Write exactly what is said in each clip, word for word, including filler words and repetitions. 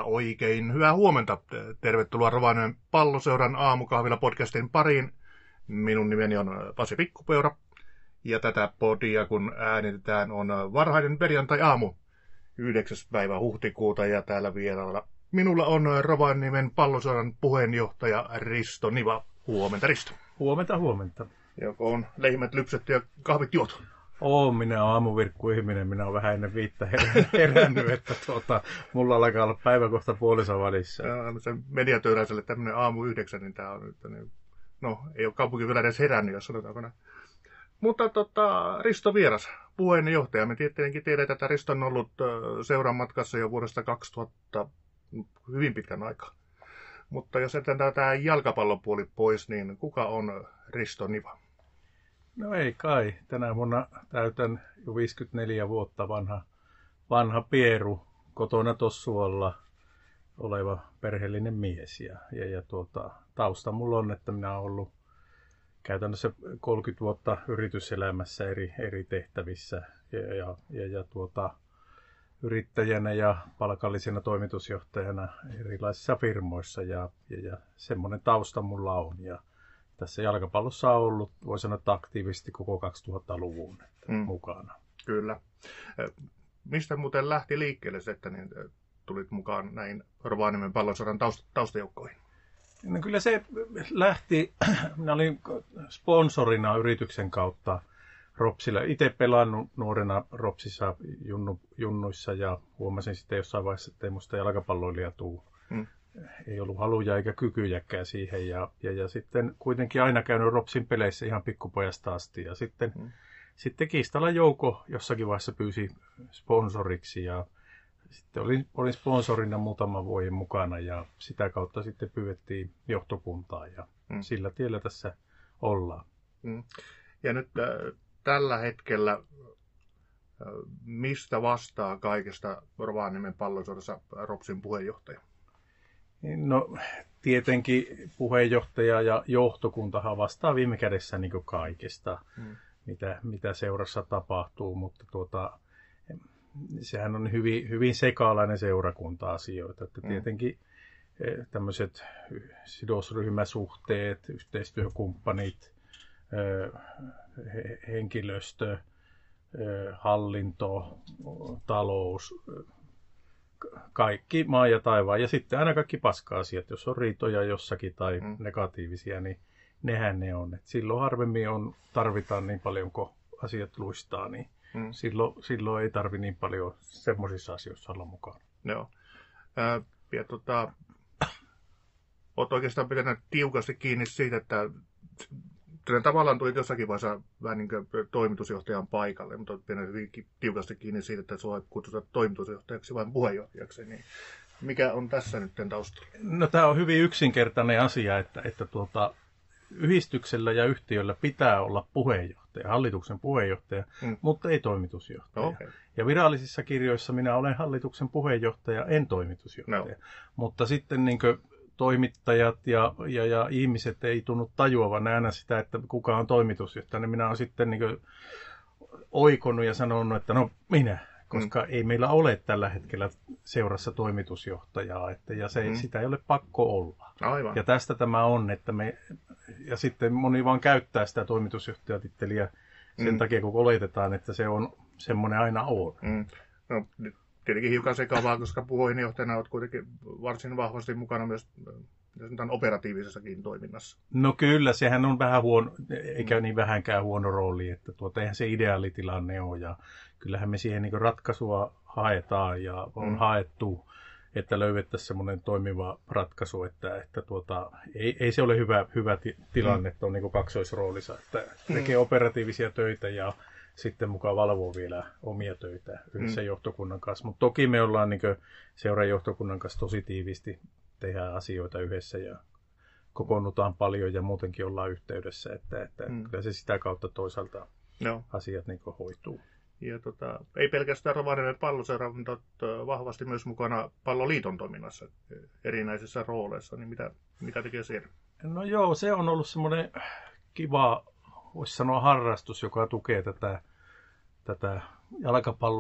Ja oikein hyvää huomenta. Tervetuloa Rovaniemen Palloseuran aamukahvila podcastin pariin. Minun nimeni on Pasi Pikkupeura. Ja tätä podia kun äänitetään on varhainen perjantai-aamu yhdeksäs päivä huhtikuuta. Ja täällä vieraalla minulla on Rovaniemen Palloseuran puheenjohtaja Risto Niva. Huomenta Risto. Huomenta, huomenta. Joko on lehmät lypsetty ja kahvit juotu? Oon, minä olen aamuvirkku-ihminen. Minä olen vähän ennen viittä herännyt, että tuota, mulla alkaa olla päivä kohta puolissa välissä. Ja, se mediatöydäiselle tämmöinen aamu yhdeksän, niin tämä on nyt, niin, no ei ole kaupunki vielä edes herännyt, jos sanotaanko näin. Mutta tota, Risto vieras, puheenjohtaja. Me tietenkin tiedetään, että Risto on ollut seuran matkassa jo vuodesta kaksituhatta hyvin pitkän aikaa. Mutta jos jätetään tämä jalkapallopuoli pois, niin kuka on Risto Niva? No ei kai. Tänä vuonna täytän jo viisikymmentäneljä vuotta vanha, vanha pieru, kotona Tossuolla oleva perheellinen mies. Ja, ja, ja tuota, tausta mulla on, että minä olen ollut käytännössä kolmekymmentä vuotta yrityselämässä eri, eri tehtävissä ja, ja, ja, ja tuota, yrittäjänä ja palkallisena toimitusjohtajana erilaisissa firmoissa. Ja, ja, ja semmoinen tausta mulla on. Ja tässä jalkapallossa on ollut, voi sanoa, että aktiivisesti koko kaksituhattaluvun mm. mukana. Kyllä. Mistä muuten lähti liikkeelle se, että niin tulit mukaan näin Rovaniemen Palloseuran taust- taustajoukkoihin? No kyllä se lähti, minä olin sponsorina yrityksen kautta Ropsilla. Itse pelannut nuorena Ropsissa junnu, junnuissa ja huomasin sitten jossain vaiheessa, että ei musta jalkapalloilija tule. Mm. Ei ollut haluja eikä kykyjäkään siihen ja, ja, ja sitten kuitenkin aina käynyt Ropsin peleissä ihan pikkupojasta asti ja sitten, mm. sitten Kiistala Jouko jossakin vaiheessa pyysi sponsoriksi ja sitten olin, olin sponsorina muutaman vuoden mukana ja sitä kautta sitten pyydettiin johtokuntaa ja mm. sillä tiellä tässä ollaan. Mm. Ja nyt äh, tällä hetkellä äh, mistä vastaa kaikesta Rovaniemen Palloseurassa Ropsin puheenjohtaja? No tietenkin puheenjohtaja ja johtokuntahan vastaa viime kädessä niin kuin kaikesta, mm. mitä, mitä seurassa tapahtuu, mutta tuota, sehän on hyvin, hyvin sekaalainen seurakunta-asioita. Että tietenkin mm. tämmöiset sidosryhmäsuhteet, yhteistyökumppanit, henkilöstö, hallinto, talous, kaikki maa ja taivaan. Ja sitten aina kaikki paska-asiat, jos on riitoja jossakin tai mm. negatiivisia, niin nehän ne on. Et silloin harvemmin on, tarvitaan niin paljon, kun asiat luistaa, niin mm. silloin, silloin ei tarvi niin paljon semmoisissa asioissa olla mukana. Joo. Äh, ja tota, olet oikeastaan pitänyt tiukasti kiinni siitä, että tavallaan tulit jossakin vaiheessa vähän niin kuin toimitusjohtajan paikalle, mutta olet pitänyt hyvin tiukasti kiinni siitä, että sinua kutsutaan toimitusjohtajaksi vai puheenjohtajaksi. Niin mikä on tässä nyt taustalla? No tämä on hyvin yksinkertainen asia, että, että tuota, yhdistyksellä ja yhtiöllä pitää olla puheenjohtaja, hallituksen puheenjohtaja, mm. mutta ei toimitusjohtaja. Okay. Ja virallisissa kirjoissa minä olen hallituksen puheenjohtaja, en toimitusjohtaja. No. Mutta sitten niin kuin toimittajat ja, ja, ja ihmiset ei tunnu tajuavan aina sitä, että kuka on toimitusjohtaja. Minä olen sitten niin kuin oikonut ja sanonut, että no minä, koska mm. ei meillä ole tällä hetkellä seurassa toimitusjohtajaa, että, ja se, mm. sitä ei ole pakko olla. Aivan. Ja tästä tämä on, että me, ja sitten moni vaan käyttää sitä toimitusjohtajatitteliä sen mm. takia, kun oletetaan, että se on semmoinen aina on. Mm. No, tietenkin hiukan sekavaa, koska puheenjohtajana olet kuitenkin varsin vahvasti mukana myös operatiivisessakin toiminnassa. No kyllä, sehän on vähän huono, eikä niin vähänkään huono rooli, että tuota, eihän se ideaalitilanne ole. Ja kyllähän me siihen niin kuin ratkaisua haetaan ja on mm. haettu, että löydettäisiin semmoinen toimiva ratkaisu, että, että tuota, ei, ei se ole hyvä, hyvä ti- tilanne, mm. että on niin kuin kaksoisroolissa, että tekee mm. operatiivisia töitä ja sitten mukaan valvoo vielä omia töitä yhdessä mm. johtokunnan kanssa. Mutta toki me ollaan niin kuin seuran johtokunnan kanssa tosi tiiviisti, tehdään asioita yhdessä ja kokoonnutaan paljon ja muutenkin ollaan yhteydessä, että, että mm. kyllä se sitä kautta toisaalta no. asiat niin kuin hoituu. Ja tota, ei pelkästään Rovaniemen Palloseura, mutta vahvasti myös mukana Palloliiton toiminnassa erinäisissä rooleissa, niin mitä, mitä tekee siellä? No joo, se on ollut semmoinen kiva, voisi sanoa harrastus, joka tukee tätä, tätä jalkapallo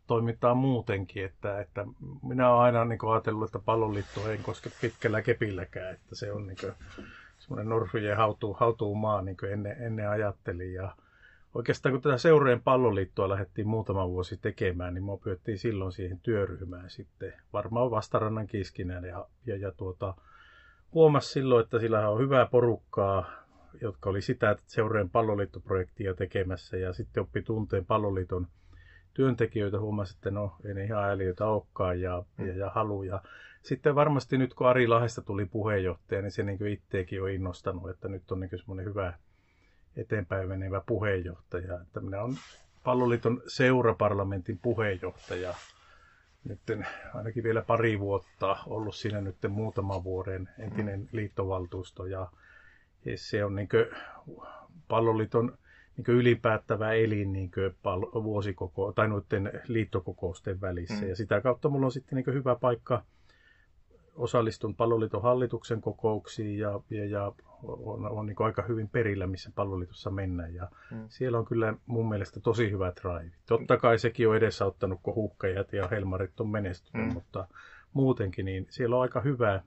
toimintaa muutenkin, että, että minä olen aina niin kuin ajatellut, että Palloliitto ei koske pitkällä kepilläkään, että se on niin kuin semmoinen norsujen hautuu, hautuu maa, niin kuin ennen, ennen ajattelin. Ja oikeastaan kun tätä Seurojen Palloliittoa lähdettiin muutama vuosi tekemään, niin minua pyydettiin silloin siihen työryhmään sitten, varmaan Vastarannan Kiskinään, ja, ja, ja tuota, huomasi silloin, että sillä on hyvää porukkaa, jotka oli sitä Seurojen Palloliittoprojektia tekemässä, ja sitten oppi tunteen Palloliiton työntekijöitä, huomasi, että no ei ne ihan äliöitä olekaan ja, ja, ja haluja. Sitten varmasti nyt kun Ari Lahdesta tuli puheenjohtaja, niin se niin kuin itseäkin on innostanut, että nyt on niin kuin semmoinen hyvä eteenpäin menevä puheenjohtaja. Että minä olen Palloliiton seuraparlamentin puheenjohtaja nyt ainakin vielä pari vuotta, ollut siinä nyt muutaman vuoden entinen liittovaltuusto, ja se on niin kuin Palloliiton niin ylipäättävä elin niin pal- vuosikoko- tai noiden liittokokousten välissä. Mm. Ja sitä kautta minulla on sitten niin hyvä paikka. Osallistun Palloliiton hallituksen kokouksiin ja, ja, ja on, on niin aika hyvin perillä, missä Palloliitossa mennään. Ja mm. siellä on kyllä mun mielestä tosi hyvä drive. Totta kai sekin on edesauttanut, kun Huuhkajat ja Helmarit on menestynyt, mm. mutta muutenkin niin siellä on aika hyvä,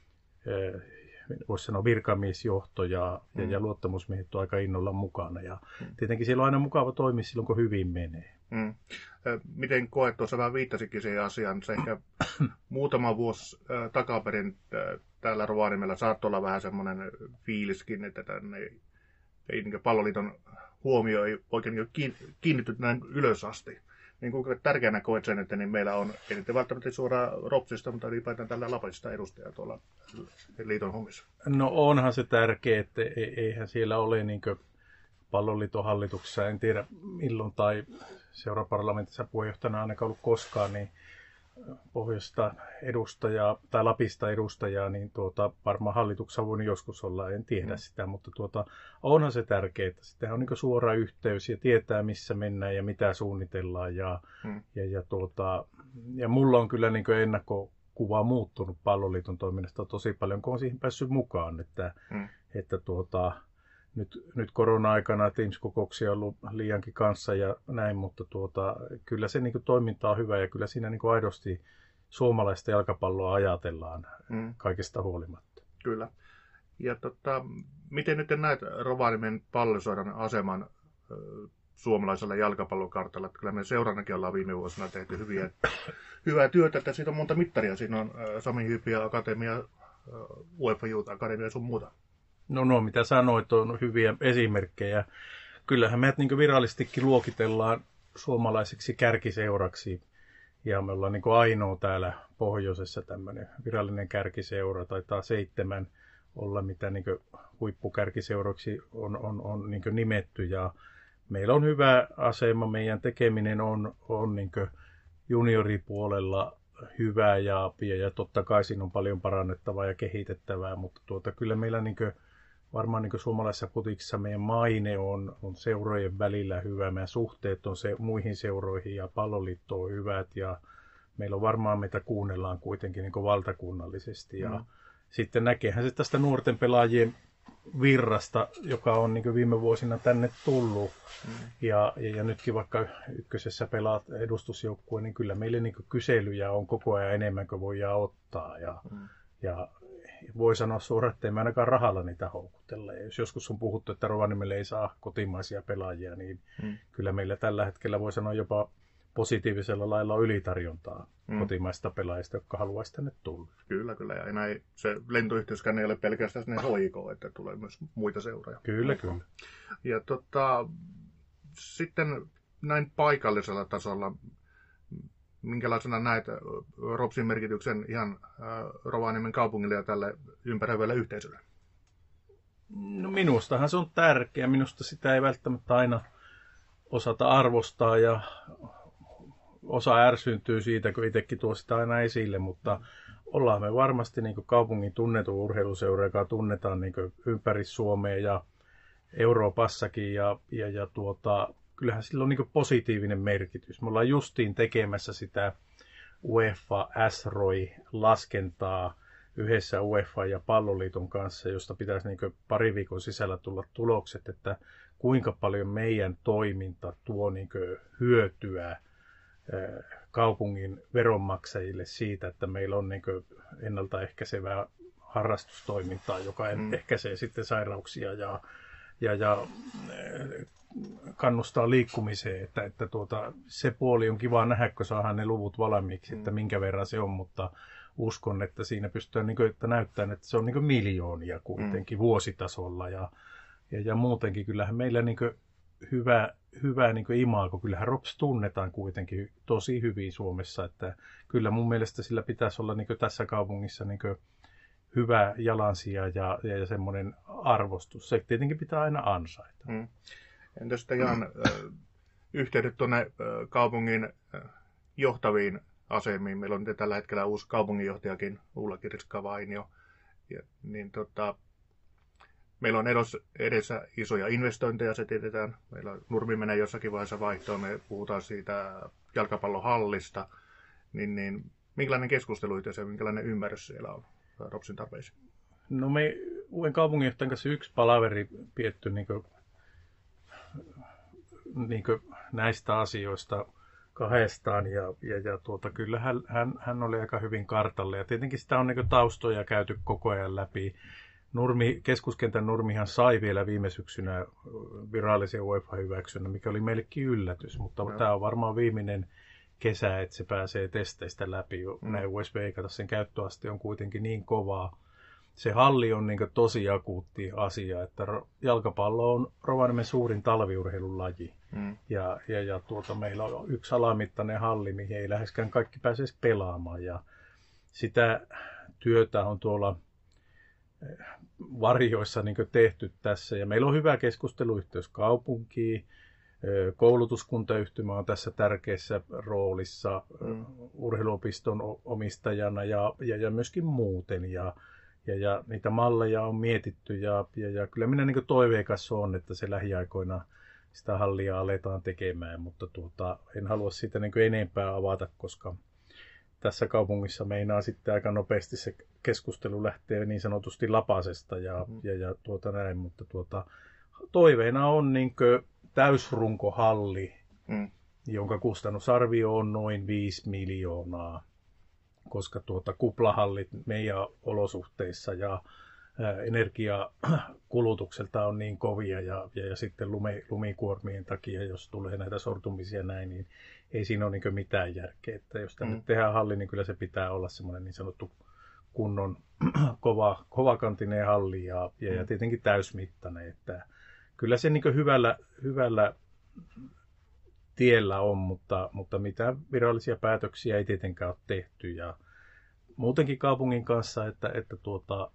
voisi sanoa virkamiesjohto ja, mm. ja, ja luottamusmiehet on aika innolla mukana. Ja mm. tietenkin siellä on aina mukava toimia silloin, kun hyvin menee. Mm. Miten koet, tuossa vähän viittasikin siihen asiaan, se ehkä muutama vuosi äh, takaperin äh, täällä Rovaniemellä saattoi olla vähän semmoinen fiiliskin, että tänne ei, ei niin Palloliiton huomio ei oikein niin kiinnitty näin ylös asti. Niin kuinka tärkeänä koet sen, että niin meillä on, ei nyt välttämättä suoraan Ropsista, mutta ylipäätään tällä Lapista edustajaa tuolla liiton hommissa? No onhan se tärkeä, että eihän siellä ole niin Palloliiton hallituksessa, en tiedä milloin tai seuraparlamentissa puheenjohtajana ainakaan ollut koskaan, niin pohjoista edustajaa tai Lapista edustajaa, niin tuota, varmaan hallituksessa on voinut joskus olla, en tiedä mm. sitä, mutta tuota, onhan se tärkeää, että sitten on niin suora yhteys ja tietää, missä mennään ja mitä suunnitellaan. Ja, mm. ja, ja, tuota, ja mulla on kyllä niin ennakkokuva muuttunut Palloliiton toiminnasta tosi paljon, kun on siihen päässyt mukaan, että, mm. että tuota, Nyt, nyt korona-aikana Teams-kokouksia on ollut liiankin kanssa ja näin, mutta tuota, kyllä se niin kuin, toiminta on hyvä ja kyllä siinä niin kuin, aidosti suomalaista jalkapalloa ajatellaan mm. kaikesta huolimatta. Kyllä. Ja tota, miten nyt näet Rovaniemen Pallosoiran aseman ö, suomalaisella jalkapallokartalla? Kyllä me seurannakin ollaan viime vuosina tehty hyviä, hyvää työtä, että siitä on monta mittaria. Siinä on ö, Sami Hypiä Akatemia, ö, UEFA Youth Akatemia ja sun muuta. No no, mitä sanoit, on hyviä esimerkkejä. Kyllähän meidät niin virallistikin luokitellaan suomalaiseksi kärkiseuraksi. Ja me ollaan niin ainoa täällä pohjoisessa tämmöinen virallinen kärkiseura. Taitaa seitsemän olla, mitä niin huippukärkiseuroiksi on, on, on niin nimetty. Ja meillä on hyvä asema. Meidän tekeminen on, on niin junioripuolella hyvä ja, ja, ja totta kai siinä on paljon parannettavaa ja kehitettävää. Mutta tuota, kyllä meillä niin varmaan niin suomalaisessa futiksessa meidän maine on, on seurojen välillä hyvä, meidän suhteet on se, muihin seuroihin ja Palloliitto on hyvät ja meillä on varmaan meitä kuunnellaan kuitenkin niin valtakunnallisesti. Ja mm. sitten näkeehän se tästä nuorten pelaajien virrasta, joka on niin viime vuosina tänne tullut. Mm. Ja, ja, ja nytkin vaikka ykkösessä pelaat edustusjoukkue, niin kyllä meille niin kyselyjä on koko ajan enemmän kuin voidaan ottaa. Ja, mm. ja voi sanoa suoraan, että ei me ainakaan rahalla niitä houkutella. Ja jos joskus on puhuttu, että Rovaniemelle ei saa kotimaisia pelaajia, niin mm. kyllä meillä tällä hetkellä voi sanoa jopa positiivisella lailla ylitarjontaa mm. kotimaista pelaajista, jotka haluaisi tänne tulla. Kyllä, kyllä. Ja näin, se lentoyhteyskään ei ole pelkästään sinne H I K, että tulee myös muita seuroja. Kyllä, kyllä. Ja tota, sitten näin paikallisella tasolla, minkälaisena näet Ropsin merkityksen ihan äh, Rovaniemen kaupungille ja tälle ympäröivälle yhteisölle? No minustahan se on tärkeä. Minusta sitä ei välttämättä aina osata arvostaa ja osa ärsyyntyy siitä, kun itsekin tuo sitä aina esille, mutta ollaan me varmasti niin kuin kaupungin tunnetun urheiluseura, joka tunnetaan niin kuin ympäri Suomea ja Euroopassakin ja, ja, ja tuota, kyllähän sillä on niin kuin positiivinen merkitys. Me ollaan justiin tekemässä sitä UEFA S R O I-laskentaa yhdessä UEFA ja Palloliiton kanssa, josta pitäisi niin kuin pari viikon sisällä tulla tulokset, että kuinka paljon meidän toiminta tuo niin kuin hyötyä kaupungin veronmaksajille siitä, että meillä on niin kuin ennaltaehkäisevää harrastustoimintaa, joka mm. ehkäisee sitten sairauksia ja, ja, ja kannustaa liikkumiseen. Että, että tuota, se puoli on kiva nähdä, kun saadaan ne luvut valmiiksi, mm. että minkä verran se on, mutta uskon, että siinä pystytään niin kuin, että näyttämään, että se on niin kuin miljoonia kuitenkin mm. vuositasolla ja, ja, ja muutenkin kyllähän meillä niin kuin hyvä, hyvä niin kuin imago, kyllähän Rops tunnetaan kuitenkin tosi hyvin Suomessa, että kyllä mun mielestä sillä pitäisi olla niin kuin tässä kaupungissa niin kuin hyvä jalansija ja, ja, ja semmoinen arvostus. Se tietenkin pitää aina ansaita. Mm. Entä sitten ihan äh, yhteydet tuonne äh, kaupungin äh, johtaviin asemiin? Meillä on tällä hetkellä uusi kaupunginjohtajakin, Ulla Kirska-Vainio. Ja, niin tota, meillä on edessä, edessä isoja investointeja, se tiedetään. Meillä Nurmi menee jossakin vaiheessa vaihtoon, me puhutaan siitä jalkapallohallista. Niin, niin, minkälainen keskustelu ja minkälainen ymmärrys siellä on Ropsin tarpeisiin? No me uuden kaupunginjohtajan kanssa yksi palaveri pietty niin kuin, niin kuin näistä asioista kahdestaan ja, ja, ja tuota, kyllä hän, hän, hän oli aika hyvin kartalle ja tietenkin sitä on niin kuin taustoja käyty koko ajan läpi. Nurmi, keskuskentän Nurmihan sai vielä viime syksynä virallisen UEFA-hyväksynnän, mikä oli meillekin yllätys, mutta no. Tämä on varmaan viimeinen kesä, että se pääsee testeistä läpi. Mm. Näin U S veikata, sen käyttöaste on kuitenkin niin kovaa. Se halli on niin kuin tosi akuutti asia, että jalkapallo on Rovaniemen suurin talviurheilun laji. Mm. Ja, ja, ja tuota, meillä on yksi alamittainen halli, mihin ei läheskään kaikki pääsisi pelaamaan. Ja sitä työtä on tuolla varjoissa niin kuin tehty tässä. Ja meillä on hyvä keskusteluyhteys kaupunkiin. Koulutuskuntayhtymä on tässä tärkeässä roolissa mm. urheiluopiston omistajana ja, ja, ja myöskin muuten. Ja, ja, ja niitä malleja on mietitty ja, ja, ja kyllä minä niin kuin toiveikas on, että se lähiaikoina sitä hallia aletaan tekemään, mutta tuota, en halua sitä niin kuin enempää avata, koska tässä kaupungissa meinaa sitten aika nopeasti se keskustelu lähtee niin sanotusti lapasesta ja, mm. ja, ja tuota näin, mutta tuota, toiveena on niin kuin täysrunkohalli, mm. jonka kustannusarvio on noin viisi miljoonaa, koska tuota kuplahallit meidän olosuhteissa ja ää, energiakulutukselta on niin kovia ja, ja, ja sitten lume, lumikuormien takia, jos tulee näitä sortumisia näin, niin ei siinä ole niin mitään järkeä. Että jos tänne mm. tehdään halli, niin kyllä se pitää olla semmoinen niin sanottu kunnon kova, kovakantinen halli ja, ja, mm. ja tietenkin täysmittainen, että kyllä se niin hyvällä, hyvällä tiellä on, mutta, mutta mitään virallisia päätöksiä ei tietenkään ole tehty. Ja muutenkin kaupungin kanssa, että, että tuota,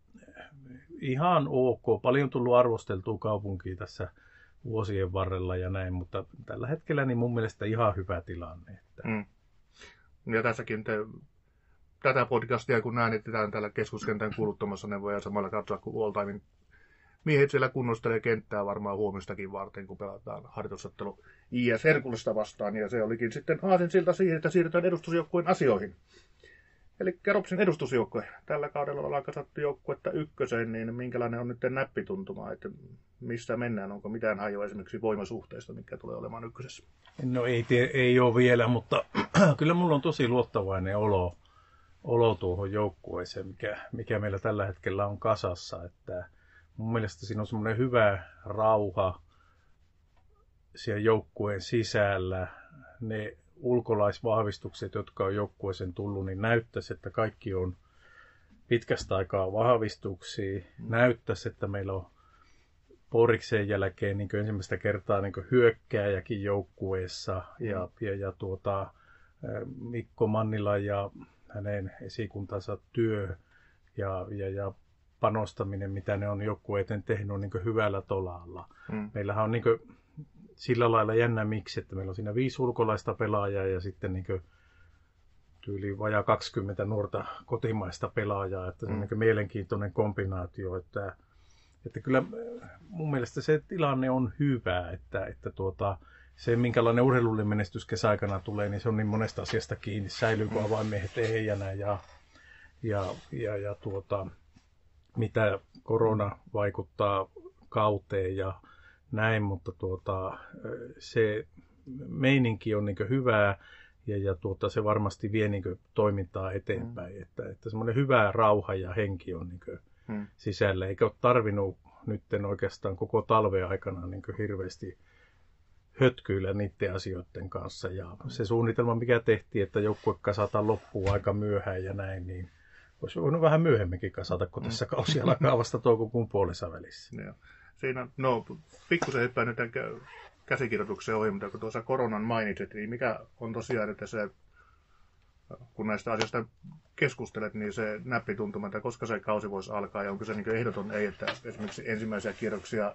ihan ok, paljon tullut arvosteltua kaupunkia tässä vuosien varrella ja näin, mutta tällä hetkellä niin mun mielestä ihan hyvä tilanne. Että. Mm. Ja tässäkin te, tätä podcastia kun äänitetään täällä keskuskentän kuluttamassa, ne voidaan samalla katsoa kuin All Timein miehet siellä kunnostelee kenttää varmaan huomistakin varten, kun pelataan harjoitusottelu I S Herkulesta vastaan. Ja se olikin sitten aasinsilta siihen, että siirrytään edustusjoukkueen asioihin. Eli Ropsin edustusjoukkue. Tällä kaudella ollaan kasattu joukkuetta ykköseen, niin minkälainen on nyt näppituntuma? Että missä mennään? Onko mitään hajoa esimerkiksi voimasuhteista, mikä tulee olemaan ykkösessä? No ei, tie, ei ole vielä, mutta kyllä mulla on tosi luottavainen olo, olo tuohon joukkueeseen, mikä, mikä meillä tällä hetkellä on kasassa. Että mun mielestä siinä on semmoinen hyvä rauha siellä joukkueen sisällä. Ne ulkolaisvahvistukset, jotka on joukkueeseen tullut, niin näyttäisi, että kaikki on pitkästä aikaa vahvistuksia. Näyttäisi, että meillä on Porikseen jälkeen niin ensimmäistä kertaa niin hyökkääjäkin joukkueessa. Mm. Ja, ja, ja tuota, Mikko Mannila ja hänen esikuntansa työ ja, ja, ja panostaminen, mitä ne on joukkueiden tehnyt, on niin hyvällä tolalla. Mm. Meillähän on niin sillä lailla jännä miksi, että meillä on siinä viisi ulkolaista pelaajaa ja sitten niin tyyli vajaa kaksikymmentä nuorta kotimaista pelaajaa, että se on mm. niin mielenkiintoinen kombinaatio, että, että kyllä mun mielestä se tilanne on hyvä, että, että tuota, se minkälainen urheilullinen menestys kesäaikana tulee, niin se on niin monesta asiasta kiinni, säilyykö avainmiehet ehjänä ja, ja, ja, ja tuota, mitä korona vaikuttaa kauteen ja näin, mutta tuota, se meininki on niin hyvää. ja, ja tuota, se varmasti vie niin kuin toimintaa eteenpäin. Mm. Että, että semmoinen hyvä rauha ja henki on niin kuin mm. sisällä, eikä ole tarvinnut nyt oikeastaan koko talven aikana niin kuin hirveästi hötkyillä niiden asioiden kanssa. Ja se suunnitelma, mikä tehtiin, että joukkue kasataan loppuun aika myöhään ja näin, niin olisi voinut vähän myöhemminkin kasata, kun tässä kausi alkaa vasta toukokuun puolessa välissä. Ja siinä, no, pikkusen hyppään nyt käsikirjoituksen ohi, mutta kun tuossa koronan mainitsit, niin mikä on tosiaan, että se, kun näistä asioista keskustelet, niin se näppituntuma, että koska se kausi voisi alkaa, ja onko se niin ehdoton ei, että esimerkiksi ensimmäisiä kierroksia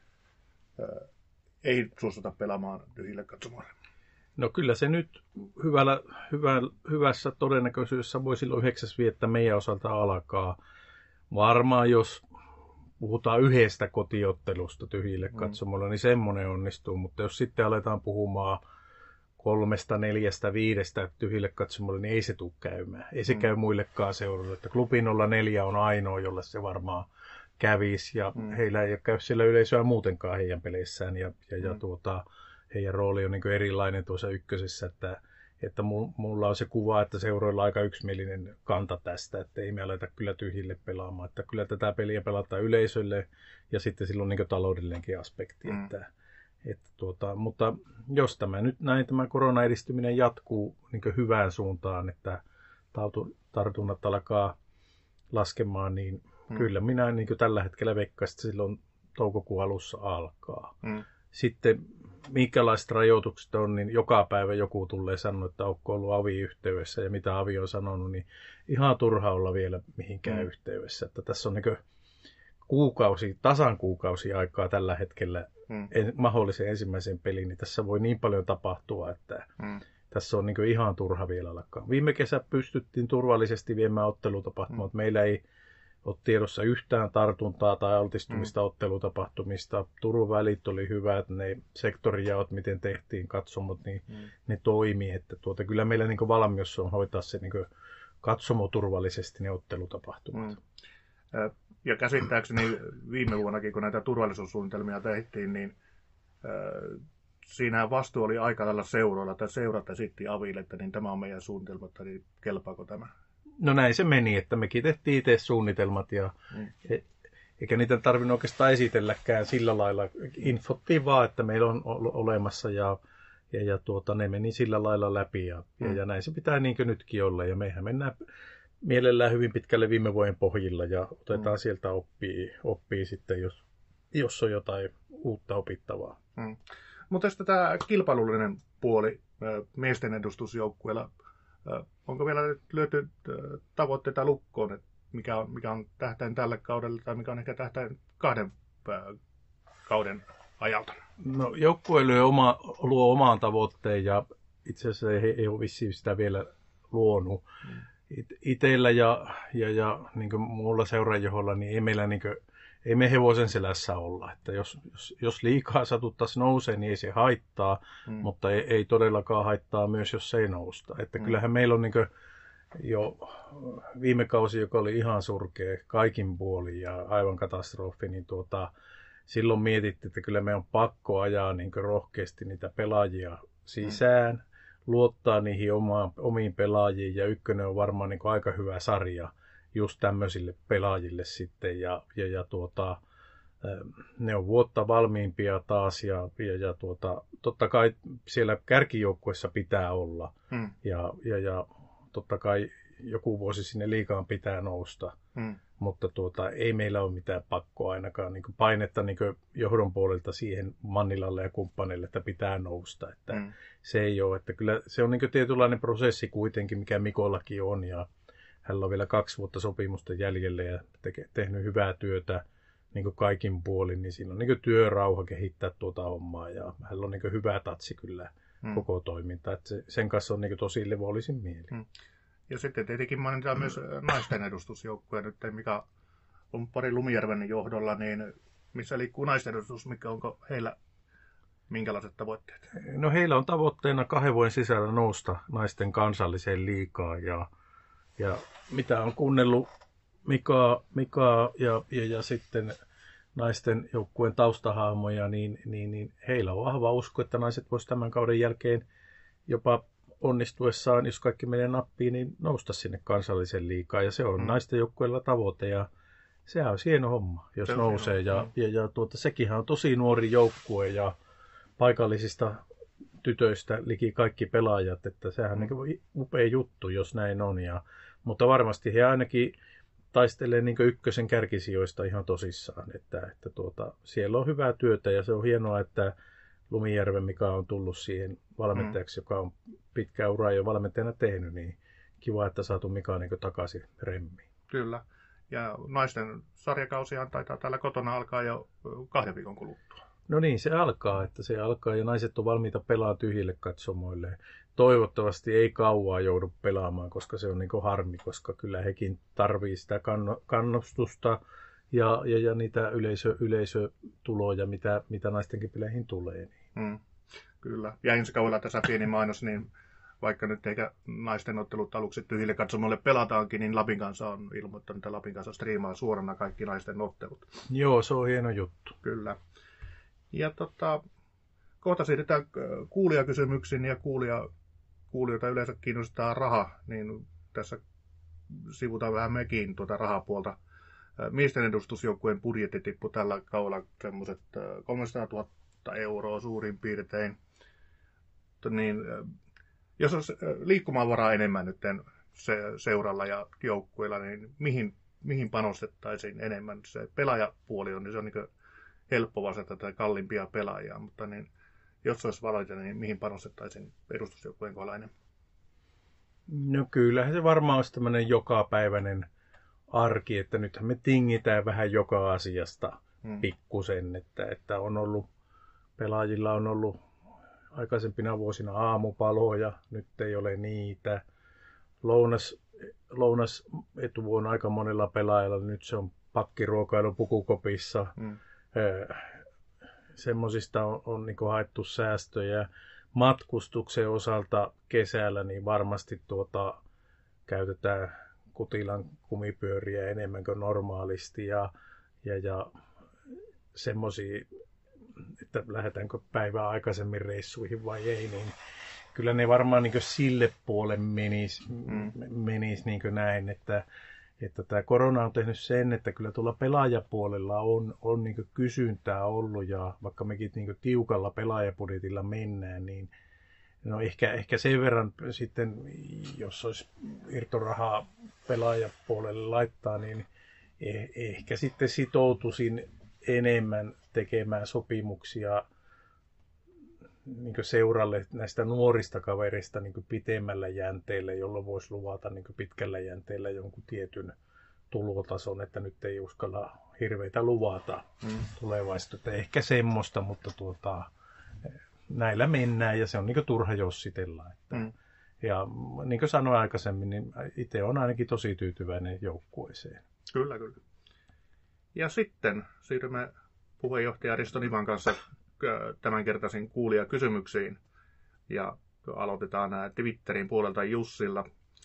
ää, ei suostuta pelaamaan tyhjille katsomaan? No kyllä se nyt hyvällä, hyvä, hyvässä todennäköisyydessä voi silloin yhdeksäs viettä meidän osalta alkaa. Varmaan jos puhutaan yhdestä kotiottelusta tyhjille mm. katsomolla, niin semmoinen onnistuu. Mutta jos sitten aletaan puhumaan kolmesta, neljästä, viidestä tyhjille katsomolla, niin ei se tule käymään. Ei se mm. käy muillekaan seuroille. Että klubi nolla neljä on ainoa, jolle se varmaan kävisi. Ja mm. heillä ei käy siellä yleisöä muutenkaan heidän peleissään. Ja, ja, mm. ja tuota, heidän rooli on niin erilainen tuossa ykkösessä. Että, että mulla on se kuva, että seuroilla on aika yksimielinen kanta tästä. Että ei me aleta kyllä tyhjille pelaamaan. Että kyllä tätä peliä pelataan yleisölle ja sitten silloin niin taloudellinenkin aspekti. Mm. Että, Että tuota, mutta jos tämä nyt näin, tämä koronaedistyminen jatkuu niin hyvään suuntaan, että tartunnat alkaa laskemaan, niin mm. kyllä minä niin tällä hetkellä veikkaisin, että silloin toukokuun alussa alkaa. Mm. Sitten minkälaiset rajoitukset on, niin joka päivä joku tulee sanoa, että onko ollut avi-yhteydessä ja mitä avi on sanonut, niin ihan turha olla vielä mihinkään mm. yhteydessä. Että tässä on niin kuukausi, tasan kuukausi aikaa tällä hetkellä mm. en, mahdollisen ensimmäisen peliin, niin tässä voi niin paljon tapahtua, että mm. tässä on niin ihan turha vielä alkaa. Viime kesä pystyttiin turvallisesti viemään ottelutapahtumat. Mm. Meillä ei ole tiedossa yhtään tartuntaa tai altistumista mm. ottelutapahtumista. Turun välit oli hyvät, ne sektorijaot, miten tehtiin katsomot, niin mm. ne toimii. Että tuota, kyllä meillä niin valmius on hoitaa se niin katsomo turvallisesti ne ottelutapahtumat. Mm. Ja käsittääkseni viime vuonnakin, kun näitä turvallisuussuunnitelmia tehtiin, niin äh, siinä vastuu oli aika lailla seuroilla, että seurat esitti aville, että niin tämä on meidän suunnitelma, että niin kelpaako tämä? No näin se meni, että mekin tehtiin itse suunnitelmat, ja mm. e, eikä niitä tarvinnut oikeastaan esitelläkään sillä lailla. Infottiin vaan, että meillä on olemassa, ja, ja, ja tuota, ne meni sillä lailla läpi, ja, mm. ja, ja näin se pitää niin kuin nytkin olla, ja mehän mennään mielellään hyvin pitkälle viime vuoden pohjilla ja otetaan mm. sieltä oppii, oppii sitten, jos, jos on jotain uutta opittavaa. Mm. Mutta sitten tämä kilpailullinen puoli miesten edustusjoukkueella, onko vielä löyty tavoitteita lukkoon, että mikä on, mikä on tähtäin tälle kaudelle tai mikä on ehkä tähtäin kahden kauden ajalta? No, joukkue luo, oma, luo omaan tavoitteen ja itse asiassa ei, ei ole vissiin sitä vielä luonut. Mm. Itellä ja, ja, ja niin kuin muulla seuraajajoholla, niin ei meillä niin kuin, ei me hevosen selässä olla. Että jos, jos, jos liikaa satuttaisiin nousee, niin ei se haittaa, mm. mutta ei, ei todellakaan haittaa myös, jos se ei nousta. Että mm. kyllähän meillä on niin kuin jo viime kausi, joka oli ihan surkea kaikin puolin ja aivan katastrofi, niin tuota, silloin mietittiin, että kyllä me on pakko ajaa niin kuin rohkeasti niitä pelaajia sisään. Mm. luottaa niihin omaan, omiin pelaajiin, ja ykkönen on varmaan niin kuin aika hyvä sarja just tämmöisille pelaajille sitten, ja, ja, ja tuota, ne on vuotta valmiimpia taas, ja, ja, ja tuota, totta kai siellä kärkijoukkuessa pitää olla, hmm. ja, ja, ja totta kai joku vuosi sinne liigaan pitää nousta, hmm. mutta tuota, ei meillä ole mitään pakkoa ainakaan niin kuin painetta niin kuin johdon puolelta siihen Mannilalle ja kumppaneille, että pitää nousta. Että mm. se ei ole, että kyllä se on niin kuin tietynlainen prosessi kuitenkin, mikä Mikollakin on, ja hän on vielä kaksi vuotta sopimusta jäljellä ja teke, tehnyt hyvää työtä niin kuin kaikin puolin, niin siinä on niin kuin työrauha kehittää tuota hommaa, ja hän on niin kuin hyvä tatsi kyllä mm. koko toiminta, että se, sen kanssa on niin kuin tosi levollisin mieli. Mm. Ja sitten tietenkin mainitaan myös naisten edustusjoukkoja nyt, mikä on pari Lumijärven johdolla, niin missä liikkuu naisten edustus, mikä onko heillä minkälaiset tavoitteet? No heillä on tavoitteena kahden vuoden sisällä nousta naisten kansalliseen liigaan, ja, ja mitä on kuunnellut Mikaa, Mikaa ja, ja, ja sitten naisten joukkueen taustahahmoja, niin, niin, niin heillä on vahva usko, että naiset voisivat tämän kauden jälkeen jopa onnistuessaan, jos kaikki menee nappiin, niin nousta sinne kansallisen liigaan. Ja se on mm. naisten joukkueella tavoite ja sehän on hieno homma, jos se nousee. Ja, mm. ja, ja tuota, sekinhän on tosi nuori joukkue ja paikallisista tytöistä liki kaikki pelaajat, että sehän on mm. niin upea juttu, jos näin on. Ja, mutta varmasti he ainakin taistelee niin ykkösen kärkisijoista ihan tosissaan, että, että tuota, siellä on hyvää työtä ja se on hienoa, että Lumijärven Mika on tullut siihen valmentajaksi, mm. joka on pitkää uraa jo valmentajana tehnyt, niin kiva, että saatu Mika niin takaisin remmiin. Kyllä. Ja naisten sarjakausihan taitaa täällä kotona alkaa jo kahden viikon kuluttua. No niin, se alkaa, että se alkaa ja naiset on valmiita pelaamaan tyhjille katsomoille. Toivottavasti ei kauaa joudu pelaamaan, koska se on niin harmi, koska kyllä hekin tarvii sitä kanno, kannustusta ja, ja, ja niitä yleisö, yleisötuloja, mitä, mitä naistenkin peleihin tulee. Niin. Mm, kyllä. Ja ensi kaudella tässä pieni mainos, niin vaikka nyt eikä naisten ottelut aluksi tyhjille katsomoille pelataankin, niin Lapin kanssa on ilmoittanut, että Lapin kanssa striimaa suorana kaikki naisten ottelut. Joo, se on hieno juttu. Kyllä. Ja tota, kohta siirrytään kuulijakysymyksiin ja kuulija, kuulijoita yleensä kiinnostaa raha, niin tässä sivutaan vähän mekin tuota rahapuolta. Miesten edustusjoukkueen budjetti tippui tällä kaudella semmoiset kolmesataatuhatta euroa suurin piirtein. Niin, jos olisi liikkumavaraa enemmän nyt se seuralla ja joukkueella, niin mihin, mihin panostettaisiin enemmän? Se pelaajapuoli on, niin se on niin helppo vastata tai kalliimpia pelaajia, mutta niin, jos olisi valita, niin mihin panostettaisiin edustusjoukkueen kohdalla enemmän? No kyllähän se varmaan olisi tämmöinen jokapäiväinen arki, että nythän me tingitään vähän joka asiasta hmm. pikkusen, että, että on ollut, pelaajilla on ollut aikaisempina vuosina aamupaloja, nyt ei ole niitä. Lounas, lounas etu on aika monella pelaajalla, nyt se on pakkiruokailu pukukopissa. Hmm. Semmoisista on, on niin kuin haettu säästöjä. Matkustuksen osalta kesällä niin varmasti tuota, käytetään Kutilan kumipyöriä enemmän kuin normaalisti ja, ja, ja semmoisia, että lähdetäänkö päivää aikaisemmin reissuihin vai ei, niin kyllä ne varmaan niin kuin sille puolelle menisi, mm. menisi niin kuin näin, että Että tämä korona on tehnyt sen, että kyllä tuolla pelaajapuolella on, on niin kuin kysyntää ollut ja vaikka mekin niin kuin tiukalla pelaajabudjetilla mennään, niin no ehkä, ehkä sen verran sitten, jos olisi irtorahaa pelaajapuolelle laittaa, niin ehkä sitten sitoutuisin enemmän tekemään sopimuksia niin kuin seuralle näistä nuorista kavereista niin kuin pitemmällä jänteellä, jolloin voisi luvata niin kuin pitkällä jänteellä jonkun tietyn tulotason, että nyt ei uskalla hirveitä luvata mm. tulevaisuutta. Ehkä semmoista, mutta tuota, näillä mennään ja se on niin kuin turha jossitella. Että. Mm. Ja niin kuin sanoin aikaisemmin, niin itse olen ainakin tosi tyytyväinen joukkueeseen. Kyllä, kyllä. Ja sitten siirrymme puheenjohtaja Risto Nivan kanssa tämänkertaisiin kuulijakysymyksiin. Ja aloitetaan Twitterin puolelta Jussilla.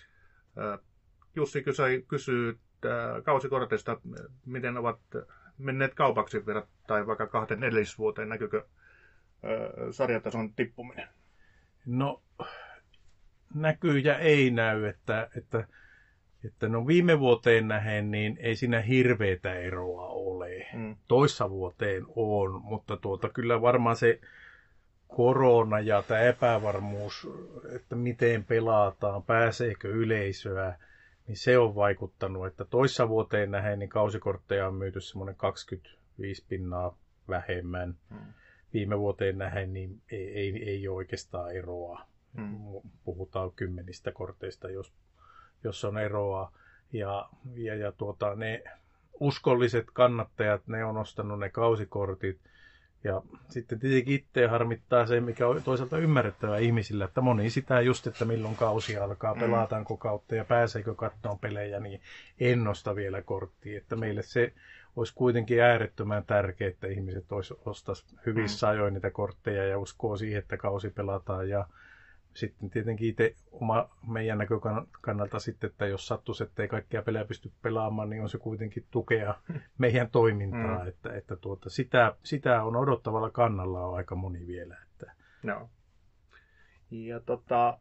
Jussi kysyi, kysyy kausikorteista, miten ovat menneet kaupaksi verrattain vaikka kahden edellisvuoteen. Näkyykö sarjatason tippuminen? No, näkyy ja ei näy, että, että, että no viime vuoteen nähen, niin ei siinä hirveätä eroa ole. Mm. Toissa vuoteen on, mutta tuota, kyllä varmaan se korona ja tämä epävarmuus, että miten pelataan, pääseekö yleisöä, niin se on vaikuttanut, että toissa vuoteen nähen, niin kausikortteja on myyty semmoinen kaksikymmentäviisi pinnaa vähemmän. Mm. Viime vuoteen nähen, niin ei, ei, ei ole oikeastaan eroa. Mm. Puhutaan kymmenistä korteista, jos, jos on eroa. Ja, ja, ja tuota, ne uskolliset kannattajat, ne on ostanut ne kausikortit. Ja sitten tietenkin itse harmittaa se, mikä on toisaalta ymmärrettävää ihmisillä, että moni sitä just, että milloin kausi alkaa, pelataanko kautta ja pääseekö katsomaan pelejä, niin en nosta vielä korttia. Että meille se olisi kuitenkin äärettömän tärkeää, että ihmiset ostaisi hyvissä ajoin niitä kortteja ja uskoo siihen, että kausi pelataan. Ja sitten tietenkin itse oma meidän näkökannalta sitten, että jos sattuisi, että ei kaikkia pelejä pysty pelaamaan, niin on se kuitenkin tukea meidän toimintaa. Mm. Että, että tuota, sitä, sitä on odottavalla kannalla on aika moni vielä. Että. No. Ja tota,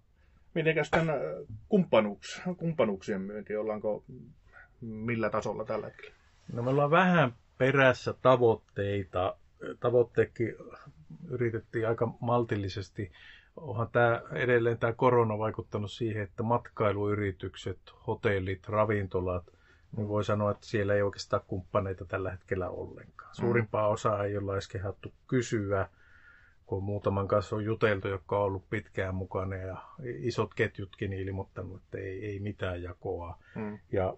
Mitenkäs tämän kumppanuuks, kumppanuuksien myynti, ollaanko millä tasolla tällä hetkellä? No me ollaan vähän perässä tavoitteita. Tavoitteekin yritettiin aika maltillisesti. Onhan tämä, edelleen tämä korona vaikuttanut siihen, että matkailuyritykset, hotellit, ravintolat, niin voi sanoa, että siellä ei oikeastaan kumppaneita tällä hetkellä ollenkaan. Suurimpaa osaa ei olla edes kehattu kysyä, kun muutaman kanssa on juteltu, jotka on ollut pitkään mukana ja isot ketjutkin ilmoittanut, että ei, ei mitään jakoa. Mm. Ja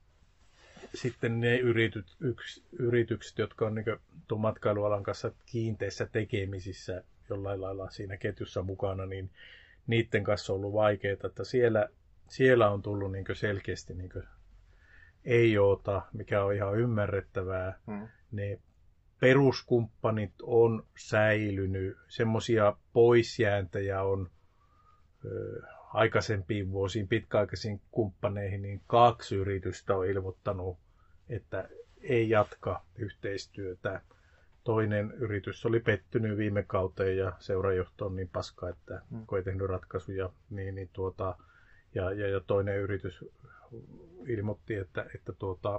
sitten ne yrityt, yks, yritykset, jotka on niin tuon matkailualan kanssa kiinteissä tekemisissä jollain lailla siinä ketjussa mukana, niin niiden kanssa on ollut vaikeaa, että siellä, siellä on tullut niin selkeästi niin ei oota, mikä on ihan ymmärrettävää. Mm. Ne peruskumppanit on säilynyt, semmoisia poisjääntäjä on ö, aikaisempiin vuosiin pitkäaikaisiin kumppaneihin, niin kaksi yritystä on ilmoittanut, että ei jatka yhteistyötä. Toinen yritys oli pettynyt viime kauteen ja seurajohto on niin paska, että mm. kun ei tehnyt ratkaisuja, niin, niin tuota, ja, ja, ja toinen yritys ilmoitti, että, että, tuota,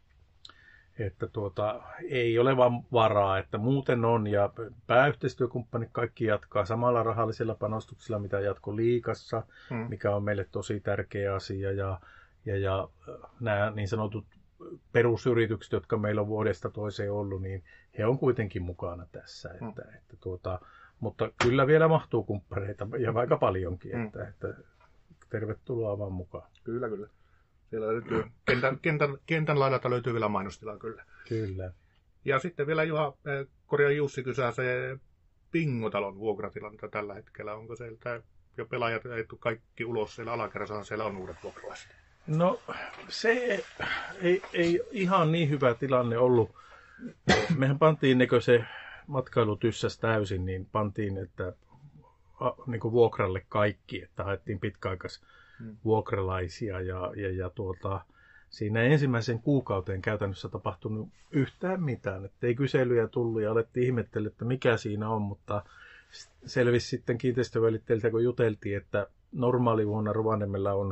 että tuota, ei ole vaan varaa, että muuten on, ja pääyhteistyökumppanit kaikki jatkaa samalla rahallisella panostuksella, mitä jatko liigassa, mm. mikä on meille tosi tärkeä asia, ja, ja, ja nämä niin sanotut perusyritykset, jotka meillä on vuodesta toiseen ollut, niin he on kuitenkin mukana tässä. Mm. Että, että tuota, mutta kyllä vielä mahtuu kumppaneita ja aika paljonkin, mm. että, että tervetuloa vaan mukaan. Kyllä, kyllä. Siellä löytyy, kentän, kentän, kentän laidalta löytyy vielä mainostilaa, kyllä. Kyllä. Ja sitten vielä Juha, korjaa Jussi kysää se Pingotalon vuokratilanta tällä hetkellä. Onko sieltä jo pelaajat ajettu kaikki ulos siellä alakerrassa, siellä on uudet vuokralaiset? No se ei, ei ihan niin hyvä tilanne ollut. Mehän pantiin, niin se matkailu tyssäs täysin, niin pantiin, että niin kuin vuokralle kaikki, että haettiin pitkäaikais hmm. vuokralaisia ja, ja, ja tuota, siinä ensimmäisen kuukauteen käytännössä tapahtunut yhtään mitään, että ei kyselyjä tullut ja alettiin ihmettellä, että mikä siinä on, mutta selvisi sitten kiinteistövälitteiltä, kun juteltiin, että normaalivuonna Rovaniemellä on,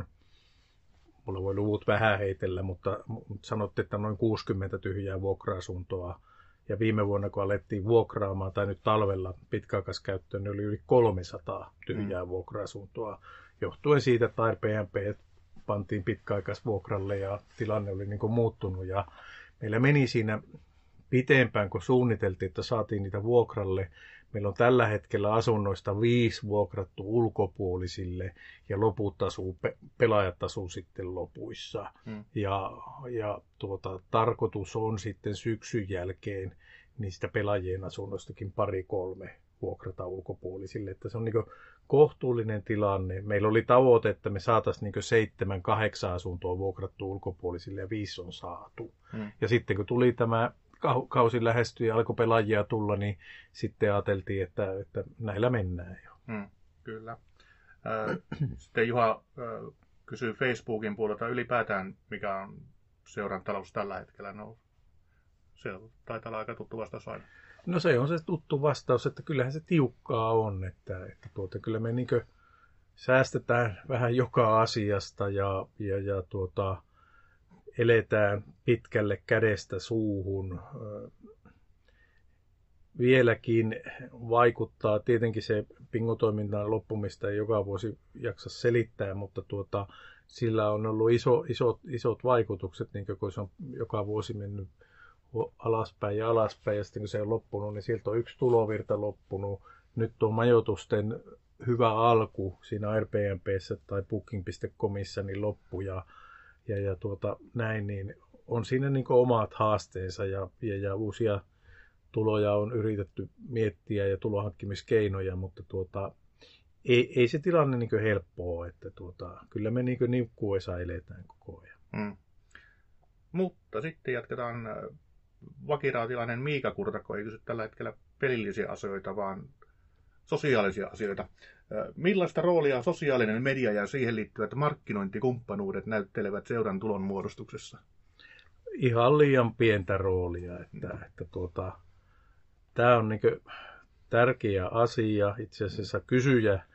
mulla voi luvut vähän heitellä, mutta sanottiin, että noin kuusikymmentä tyhjää vuokra-asuntoa. Ja viime vuonna, kun alettiin vuokraamaan, tai nyt talvella pitkäaikaiskäyttöön, niin oli yli kolmesataa tyhjää mm. vuokra-asuntoa. Johtuen siitä, että Airbnb pantiin pitkäaikaisvuokralle ja tilanne oli niin kuin muuttunut. Ja meillä meni siinä pitempään, kun suunniteltiin, että saatiin niitä vuokralle. Meillä on tällä hetkellä asunnoista viisi vuokrattu ulkopuolisille ja loput asuu, pe- pelaajat asuu sitten lopuissa. Hmm. Ja, ja tuota, tarkoitus on sitten syksyn jälkeen niistä pelaajien asunnoistakin pari kolme vuokrata ulkopuolisille. Että se on niin kuin kohtuullinen tilanne. Meillä oli tavoite, että me saataisiin niin kuin seitsemän, kahdeksan asuntoa vuokrattu ulkopuolisille ja viisi on saatu. Hmm. Ja sitten kun tuli tämä kausi lähestyi ja alkoi pelaajia tulla, niin sitten ajateltiin, että, että näillä mennään jo. Hmm, kyllä. Sitten Juha kysyy Facebookin puolelta ylipäätään, mikä on seuran talous tällä hetkellä. No, se taitaa olla aika tuttu vastaus aina. No se on se tuttu vastaus, että kyllähän se tiukkaa on, että, että tuota, kyllä me niin säästetään vähän joka asiasta ja, ja, ja tuota, eletään pitkälle kädestä suuhun. Vieläkin vaikuttaa, tietenkin se pingotoiminnan loppumista ei joka vuosi jaksa selittää, mutta tuota, sillä on ollut iso, isot, isot vaikutukset, niin kun se on joka vuosi mennyt alaspäin ja alaspäin, ja sitten kun se on loppunut, niin sieltä on yksi tulovirta loppunut. Nyt on majoitusten hyvä alku siinä Airbnb:ssä tai booking piste comissa niin loppu, ja Ja, ja tuota, näin, niin on siinä niin kuin omat haasteensa ja, ja, ja uusia tuloja on yritetty miettiä ja tulohankkimiskeinoja, mutta tuota, ei, ei se tilanne niin kuin helppoa ole, että tuota, kyllä me niin kuin niukkuessa eletään koko ajan. Hmm. Mutta sitten jatketaan. Vakiraatilainen Miika Kurtakko ei kysy tällä hetkellä pelillisiä asioita, vaan sosiaalisia asioita. Millaista roolia sosiaalinen media ja siihen liittyvät markkinointikumppanuudet näyttelevät seuran tulon muodostuksessa? Ihan liian pientä roolia. Että, mm. että tuota, tämä on niin tärkeä asia. Itse asiassa kysyjä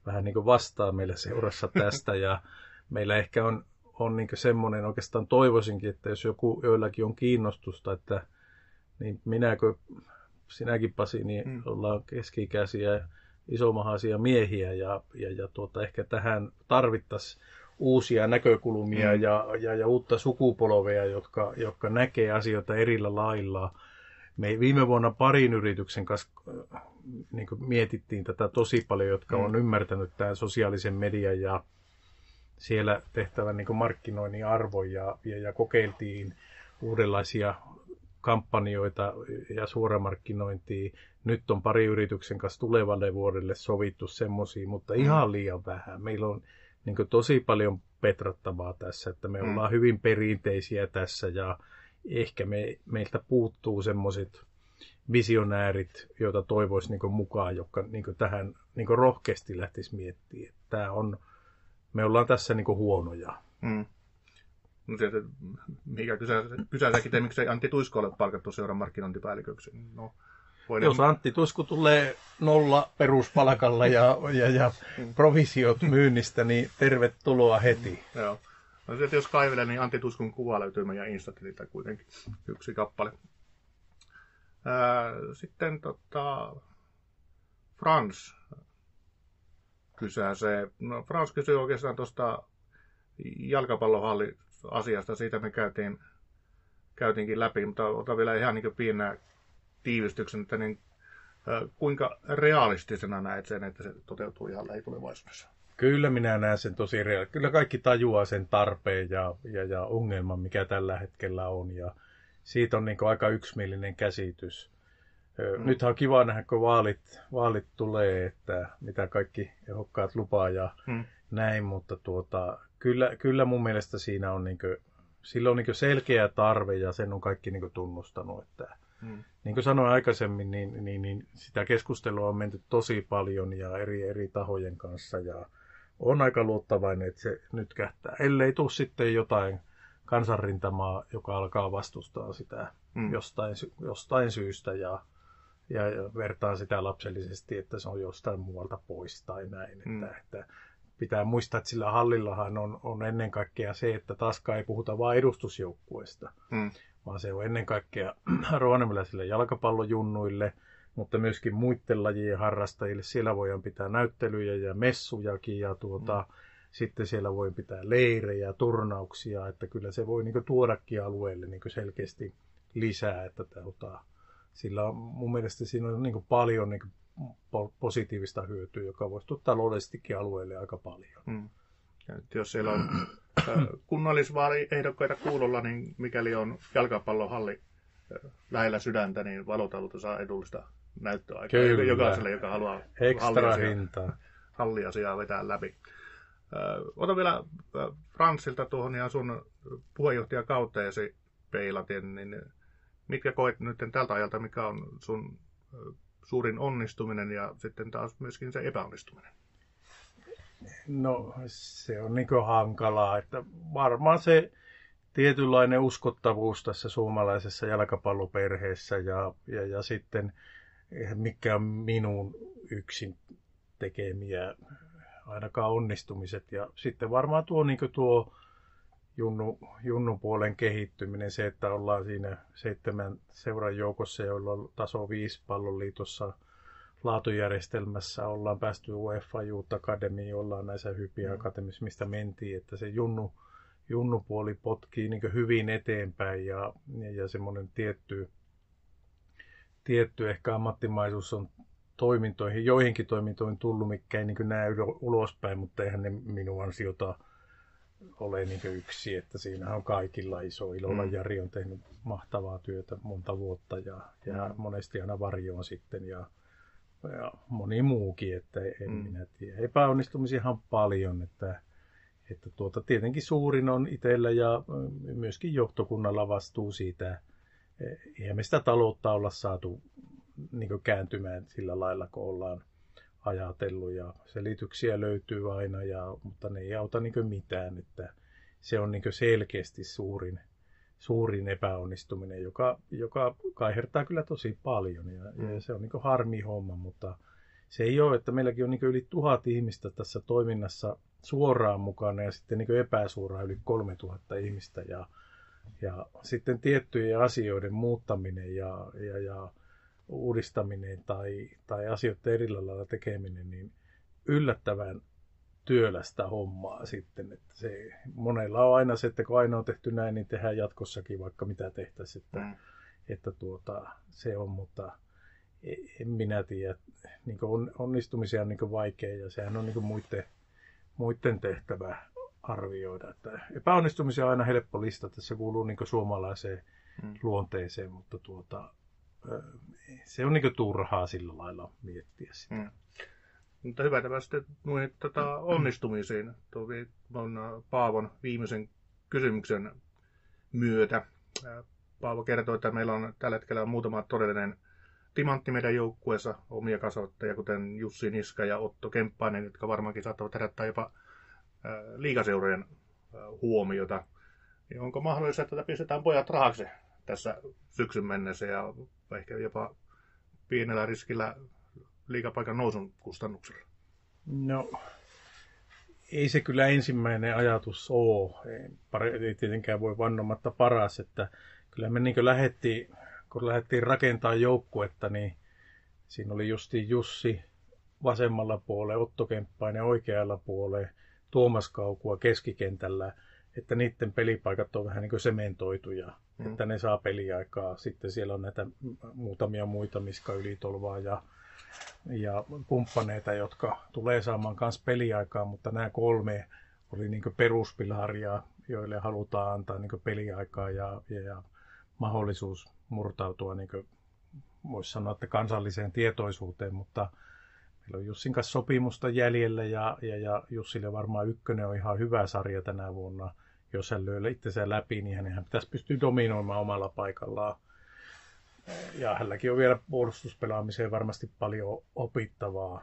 vähän niin kuin vastaa meillä seurassa tästä ja meillä ehkä on, on niin kuin semmoinen, oikeastaan toivoisinkin, että jos joku, joillakin on kiinnostusta, että niin minäkö, sinäkin Pasi, niin hmm. ollaan keski-ikäisiä ja isomahaisia miehiä ja, ja, ja tuota, ehkä tähän tarvittaisiin uusia näkökulmia hmm. ja, ja, ja uutta sukupolvea, jotka, jotka näkee asioita erillä lailla. Me viime vuonna parin yrityksen kanssa niin kuin mietittiin tätä tosi paljon, jotka mm. on ymmärtänyt tämän sosiaalisen median ja siellä tehtävän niin kuin markkinoinnin arvon ja, ja, ja kokeiltiin uudenlaisia kampanjoita ja suoramarkkinointia. Nyt on pari yrityksen kanssa tulevalle vuodelle sovittu semmoisia, mutta mm. ihan liian vähän. Meillä on niin kuin tosi paljon petrattavaa tässä, että me mm. ollaan hyvin perinteisiä tässä ja ehkä me, meiltä puuttuu semmoiset visionäärit, joita toivoisi niin mukaan, jotka niin tähän niin rohkeasti lähtisi miettimään. Tämä on, me ollaan tässä niin huonoja. Mm. No tietysti, mikä kysäsäkin te, miksei Antti Tuisko ole palkattu seuran markkinointipäälliköksi? No, jos Antti Tuisku tulee nolla peruspalkalla ja, ja, ja mm. provisiot myynnistä, niin tervetuloa heti. Mm. Joo. No sitten jos kaivelee, niin Antti Tuiskun kuva löytyy meidän Instatililta kuitenkin yksi kappale. Ää, sitten tota, Frans kysäsee. No, Frans kysyi oikeastaan tuosta jalkapallohalli-asiasta. Siitä me käytiin, käytiinkin läpi, mutta otan vielä ihan niin pienää tiivistyksen, että niin, ää, kuinka realistisena näet sen, että se toteutuu ihan lähitulevaisuudessa? Kyllä minä näen sen tosi reaalisesti. Kyllä kaikki tajuaa sen tarpeen ja, ja, ja ongelman, mikä tällä hetkellä on. Ja siitä on niin kuin aika yksimielinen käsitys. Mm. Nythän on kiva nähdä, kun vaalit, vaalit tulee, että mitä kaikki ehdokkaat lupaa ja mm. näin. Mutta tuota, kyllä, kyllä mun mielestä siinä on, niin kuin, sillä on niin kuin selkeä tarve ja sen on kaikki niin kuin tunnustanut. Että, mm. Niin kuin sanoin aikaisemmin, niin, niin, niin sitä keskustelua on menty tosi paljon ja eri, eri tahojen kanssa ja on aika luottavainen, että se nyt kähtää. Ellei tule sitten jotain kansanrintamaa, joka alkaa vastustaa sitä mm. jostain, jostain syystä ja, ja vertaa sitä lapsellisesti, että se on jostain muualta pois tai näin. Mm. Että, että pitää muistaa, että sillä hallillahan on, on ennen kaikkea se, että taaskaan ei puhuta vain edustusjoukkueesta, mm. vaan se on ennen kaikkea rovaniemeläisille jalkapallojunnuille, mutta myöskin muiden lajien harrastajille. Siellä voidaan pitää näyttelyjä ja messujakin ja tuota, mm. sitten siellä voi pitää leirejä, turnauksia, että kyllä se voi niinku tuodakin alueelle niinku selkeästi lisää. Että tuota, sillä on, mun mielestä siinä on niinku paljon niinku positiivista hyötyä, joka voisi tulla taloudellisestikin alueelle aika paljon. Mm. Jos siellä on kunnallisvaaliehdokkaita kuulolla, niin mikäli on jalkapallohalli lähellä sydäntä, niin Valotalolta saa edullista näyttöaikaa. Kyllä. Jokaiselle, joka haluaa ekstra hintaa. Halliasiaa vetää läpi. Ota vielä Fransilta tuohon ihan sun puheenjohtajakauteesi peilaten, niin mitkä koet nyt tältä ajalta, mikä on sun suurin onnistuminen ja sitten taas myöskin se epäonnistuminen? No se on niin kuin hankalaa, että varmaan se tietynlainen uskottavuus tässä suomalaisessa jalkapalloperheessä ja, ja, ja sitten mikä on minun yksin tekemiä ainakaan onnistumiset. Ja sitten varmaan tuo, niin tuo junnu, junnun puolen kehittyminen, se, että ollaan siinä seitsemän seuran joukossa, joilla on taso viisi palloliitossa laatujärjestelmässä, ollaan päästy UEFA Youth Academyin, ollaan näissä hypiä akatemissa, mistä mentiin, että se junnu, junnupuoli potkii niin hyvin eteenpäin ja, ja, ja semmoinen tietty, tietty ehkä ammattimaisuus on toimintoihin, joihinkin toimintoihin tullut, mikä ei niin näe ulospäin, mutta eihän ne minun ansiota ole niin yksi, että siinä on kaikilla iso ilo. Mm. Jari on tehnyt mahtavaa työtä monta vuotta ja, ja mm. monesti aina varjoon sitten ja, ja moni muukin, että en mm. minä tiedä. Epäonnistumisiahan paljon, että, että tuota, tietenkin suurin on itsellä ja myöskin johtokunnalla vastuu siitä. Eihän me sitä taloutta olla saatu niin kääntymään sillä lailla, kun ollaan ajatellut ja selityksiä löytyy aina, ja, mutta ne ei auta niin mitään. Että se on niin selkeästi suurin, suurin epäonnistuminen, joka, joka kaihertaa kyllä tosi paljon ja, mm. ja se on niin harmi homma, mutta se ei ole, että meilläkin on niin yli tuhat ihmistä tässä toiminnassa suoraan mukana ja sitten niin epäsuoraan yli kolme tuhatta ihmistä. Ja, ja sitten tiettyjen asioiden muuttaminen ja, ja, ja uudistaminen tai, tai asioiden eri lailla tekeminen, niin yllättävän työlästä hommaa sitten. Että se, monella on aina se, että kun aina on tehty näin, niin tehdään jatkossakin vaikka mitä tehtäisiin. Että, mm. että tuota, se on, mutta en minä tiedä. Niin on, onnistumisia on niin vaikea ja sehän on niin muiden, muiden tehtävä arvioida. Että epäonnistumisia on aina helppo listata, se kuuluu niin suomalaiseen mm. luonteeseen, mutta tuota, se on niin turhaa sillä lailla miettiä sitä. Mm. Mutta hyvä tämä sitten noihin tota, onnistumisiin. Tuo on Paavon viimeisen kysymyksen myötä. Paavo kertoo, että meillä on tällä hetkellä muutama todellinen timantti meidän joukkueessa, omia kasvattajia, kuten Jussi Niska ja Otto Kemppainen, jotka varmaankin saattavat herättää jopa liigaseurojen huomiota. Niin onko mahdollista, että pistetään pojat rahaksi tässä syksyn mennessä ja ehkä jopa pienellä riskillä liigapaikan nousun kustannuksella? No, ei se kyllä ensimmäinen ajatus ole. Ei, ei tietenkään voi vannomatta paras, että kyllä me niin lähdettiin, kun lähdettiin rakentamaan joukkuetta, niin siinä oli justiin Jussi vasemmalla puolella, Otto Kemppainen oikealla puolella, Tuomas Kaukua keskikentällä, että niiden pelipaikat on vähän niin kuin sementoituja, mm. että ne saa peliaikaa. Sitten siellä on näitä muutamia muita, Miska Ylitolvaa ja, ja kumppaneita, jotka tulee saamaan myös peliaikaa, mutta nämä kolme oli niin kuin peruspilaria, joille halutaan antaa niin kuin peliaikaa ja, ja, ja mahdollisuus murtautua, niin kuin voisi sanoa, että kansalliseen tietoisuuteen, mutta meillä on Jussin kanssa sopimusta jäljellä ja, ja, ja Jussille varmaan ykkönen on ihan hyvä sarja tänä vuonna. Jos hän lyö itsensä läpi, niin hän pitäisi pystyä dominoimaan omalla paikallaan. Ja hänelläkin on vielä puolustuspelaamiseen varmasti paljon opittavaa.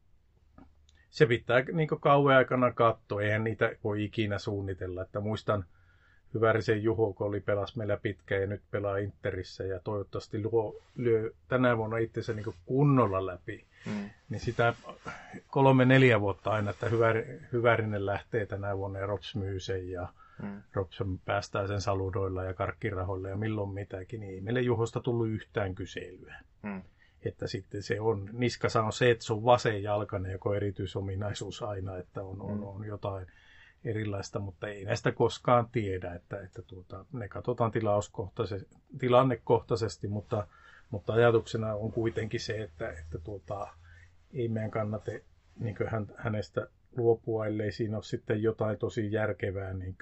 Se pitää niin kauan aikana katsoa, eihän niitä voi ikinä suunnitella. Että muistan Hyvärisen Juho, kun oli pelas meillä pitkään ja nyt pelaa Interissä ja toivottavasti luo, lyö tänä vuonna itsensä niin kunnolla läpi. Mm. Niin sitä kolme neljä vuotta aina, että Hyvär, Hyvärinen lähtee tänä vuonna ja Rops myy sen ja mm. Rops päästää sen saludoilla ja karkkirahoilla ja milloin mitäkin, niin ei meille Juhosta tullut yhtään kyselyä. Mm. Että sitten se on, niskassa on se, että se on vasenjalkainen, joka on erityisominaisuus aina, että on, on, on jotain erilaista, mutta ei näistä koskaan tiedä, että, että tuota, ne katsotaan tilauskohtaisesti, tilannekohtaisesti, mutta, mutta ajatuksena on kuitenkin se, että, että tuota, ei meidän kannata niin hän, hänestä luopua, ellei siinä ole sitten jotain tosi järkevää niin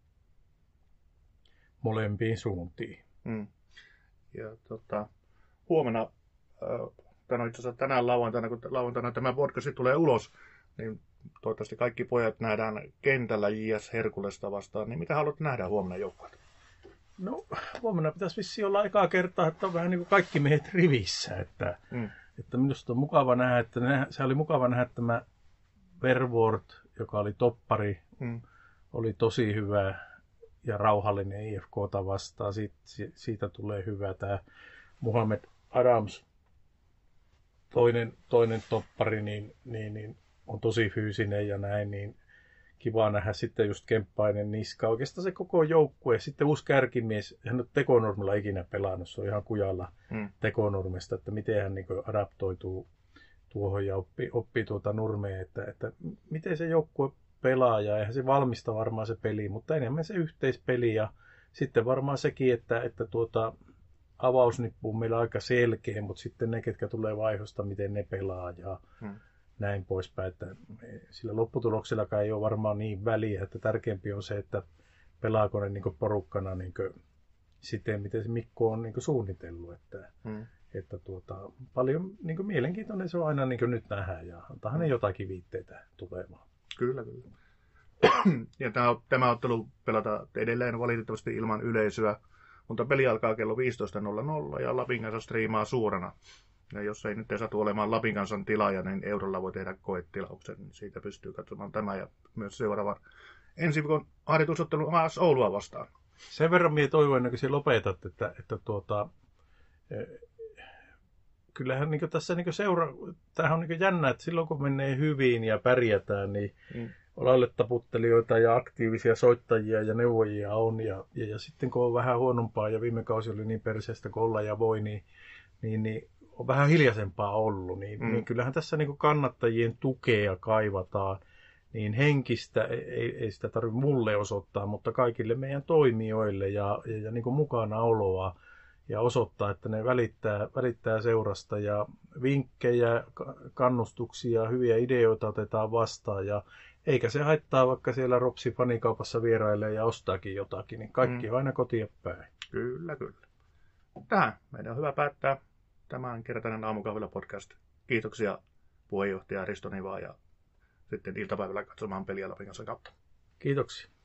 molempiin suuntiin. Mm. Ja tota, huomenna, äh, tänään itse asiassa tänään lauantaina, kun lauantaina tämä podcast tulee ulos, niin toivottavasti kaikki pojat nähdään kentällä J S Herkulesta vastaan. Niin mitä haluat nähdä huomenna joukkueelta? No huomenna pitäisi vissiin olla aikaa kertaa, että on vähän niin kuin kaikki miehet rivissä. Että, mm. että minusta on mukava nähdä, että ne, se oli mukava nähdä tämä Verwoerd, joka oli toppari, mm. oli tosi hyvä ja rauhallinen I F K:ta vastaan. Siit, siitä tulee hyvä tämä Mohamed Adams, toinen, toinen toppari, niin, niin, niin on tosi fyysinen ja näin, niin kiva nähdä sitten just Kemppainen, Niska. Oikeastaan se koko joukkue. Sitten uusi kärkimies, hän on Tekonurmella ikinä pelannut, se on ihan kujalla mm. Tekonurmesta, että miten hän niin adaptoituu tuohon ja oppii, oppii tuota nurmea, että, että miten se joukkue pelaa ja eihän se valmista varmaan se peli, mutta enemmän se yhteispeli ja sitten varmaan sekin, että, että tuota, avausnippu on meillä aika selkeä, mutta sitten ne, ketkä tulee vaihosta, miten ne pelaa ja mm. näin poispäin, että sillä lopputuloksellakaan ei ole varmaan niin väliä, että tärkeämpi on se, että pelaako ne niin porukkana niin siten, miten se Mikko on niin suunnitellut, että, mm. että tuota, paljon niin mielenkiintoinen se on aina niin nyt nähdään ja antaahan mm. ne jotakin viitteitä tulemaan. Kyllä, kyllä. Ja tämä, tämä ottelu pelataan edelleen valitettavasti ilman yleisöä, mutta peli alkaa kello viisitoista nolla nolla ja Lapin kanssa striimaa suorana. Ja jos ei nyt satu olemaan Lapin kansan tilaaja, niin eurolla voi tehdä koetilauksen. Niin siitä pystyy katsomaan tämä ja myös seuraavan ensi viikon harjoitusottelu A S Oulua vastaan. Sen verran minä toivon, ennen kuin sinä lopetat, että, että tuota, kyllähän niin tässä niin seura... Tämähän on niin jännä, että silloin kun menee hyvin ja pärjätään, niin mm. olalle taputtelijoita ja aktiivisia soittajia ja neuvojia on. Ja, ja, ja sitten kun on vähän huonompaa ja viime kausi oli niin perseestä kuin olla ja voi, niin, niin, niin on vähän hiljaisempaa ollut. Niin, mm. niin kyllähän tässä niin kannattajien tukea kaivataan. Niin henkistä ei, ei sitä tarvitse mulle osoittaa, mutta kaikille meidän toimijoille ja, ja, ja niin kuin mukanaoloa ja osoittaa, että ne välittää, välittää seurasta ja vinkkejä, kannustuksia, hyviä ideoita otetaan vastaan ja eikä se haittaa, vaikka siellä Ropsi fanikaupassa vierailee ja ostaakin jotakin, niin kaikki mm. on aina kotiin päin. Kyllä, kyllä. Tähän meidän on hyvä päättää tämän kertainen Aamukahvila podcast. Kiitoksia puheenjohtaja Risto Niva ja sitten iltapäivällä katsomaan peliä Lapin kanssa kautta. Kiitoksia.